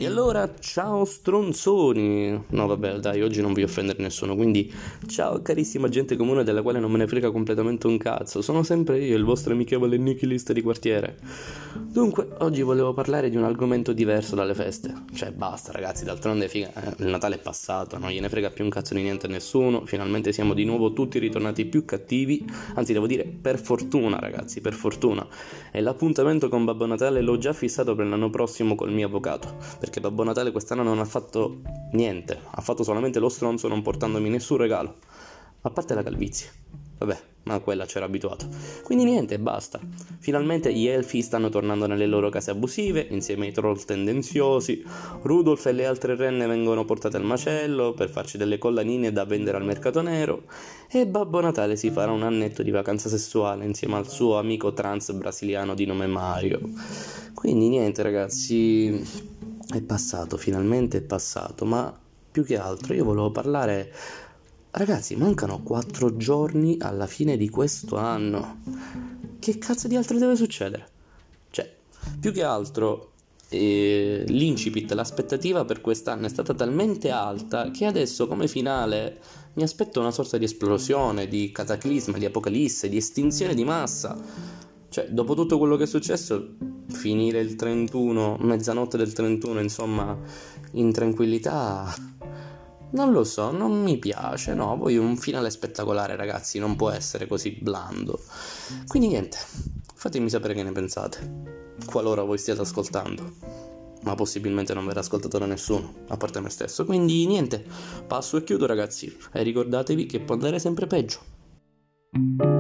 E allora, ciao stronzoni! No vabbè dai, oggi non voglio offendere nessuno, quindi ciao carissima gente comune della quale non me ne frega completamente un cazzo. Sono sempre io, il vostro amichevole nichilista di quartiere. Dunque, oggi volevo parlare di un argomento diverso dalle feste. Cioè basta ragazzi, d'altronde il Natale è passato, non gliene frega più un cazzo di niente a nessuno. Finalmente siamo di nuovo tutti ritornati più cattivi. Anzi devo dire per fortuna ragazzi, per fortuna. E l'appuntamento con Babbo Natale l'ho già fissato per l'anno prossimo col mio avvocato, perché Babbo Natale quest'anno non ha fatto niente, ha fatto solamente lo stronzo non portandomi nessun regalo, a parte la calvizie. Vabbè, ma quella c'era abituato. Quindi niente, basta. Finalmente gli elfi stanno tornando nelle loro case abusive, insieme ai troll tendenziosi. Rudolf e le altre renne vengono portate al macello per farci delle collanine da vendere al mercato nero. E Babbo Natale si farà un annetto di vacanza sessuale insieme al suo amico trans brasiliano di nome Mario. Quindi niente ragazzi, è passato, finalmente è passato, ma più che altro io volevo parlare. Ragazzi, mancano 4 giorni alla fine di questo anno. Che cazzo di altro deve succedere? Cioè, più che altro l'incipit, l'aspettativa per quest'anno è stata talmente alta che adesso come finale mi aspetto una sorta di esplosione, di cataclisma, di apocalisse, di estinzione di massa. Cioè, dopo tutto quello che è successo, finire il 31, mezzanotte del 31, insomma, in tranquillità, non lo so, non mi piace, no, voglio un finale spettacolare, ragazzi, non può essere così blando. Quindi niente, fatemi sapere che ne pensate, qualora voi stiate ascoltando, ma possibilmente non verrà ascoltato da nessuno, a parte me stesso. Quindi niente, passo e chiudo ragazzi, e ricordatevi che può andare sempre peggio.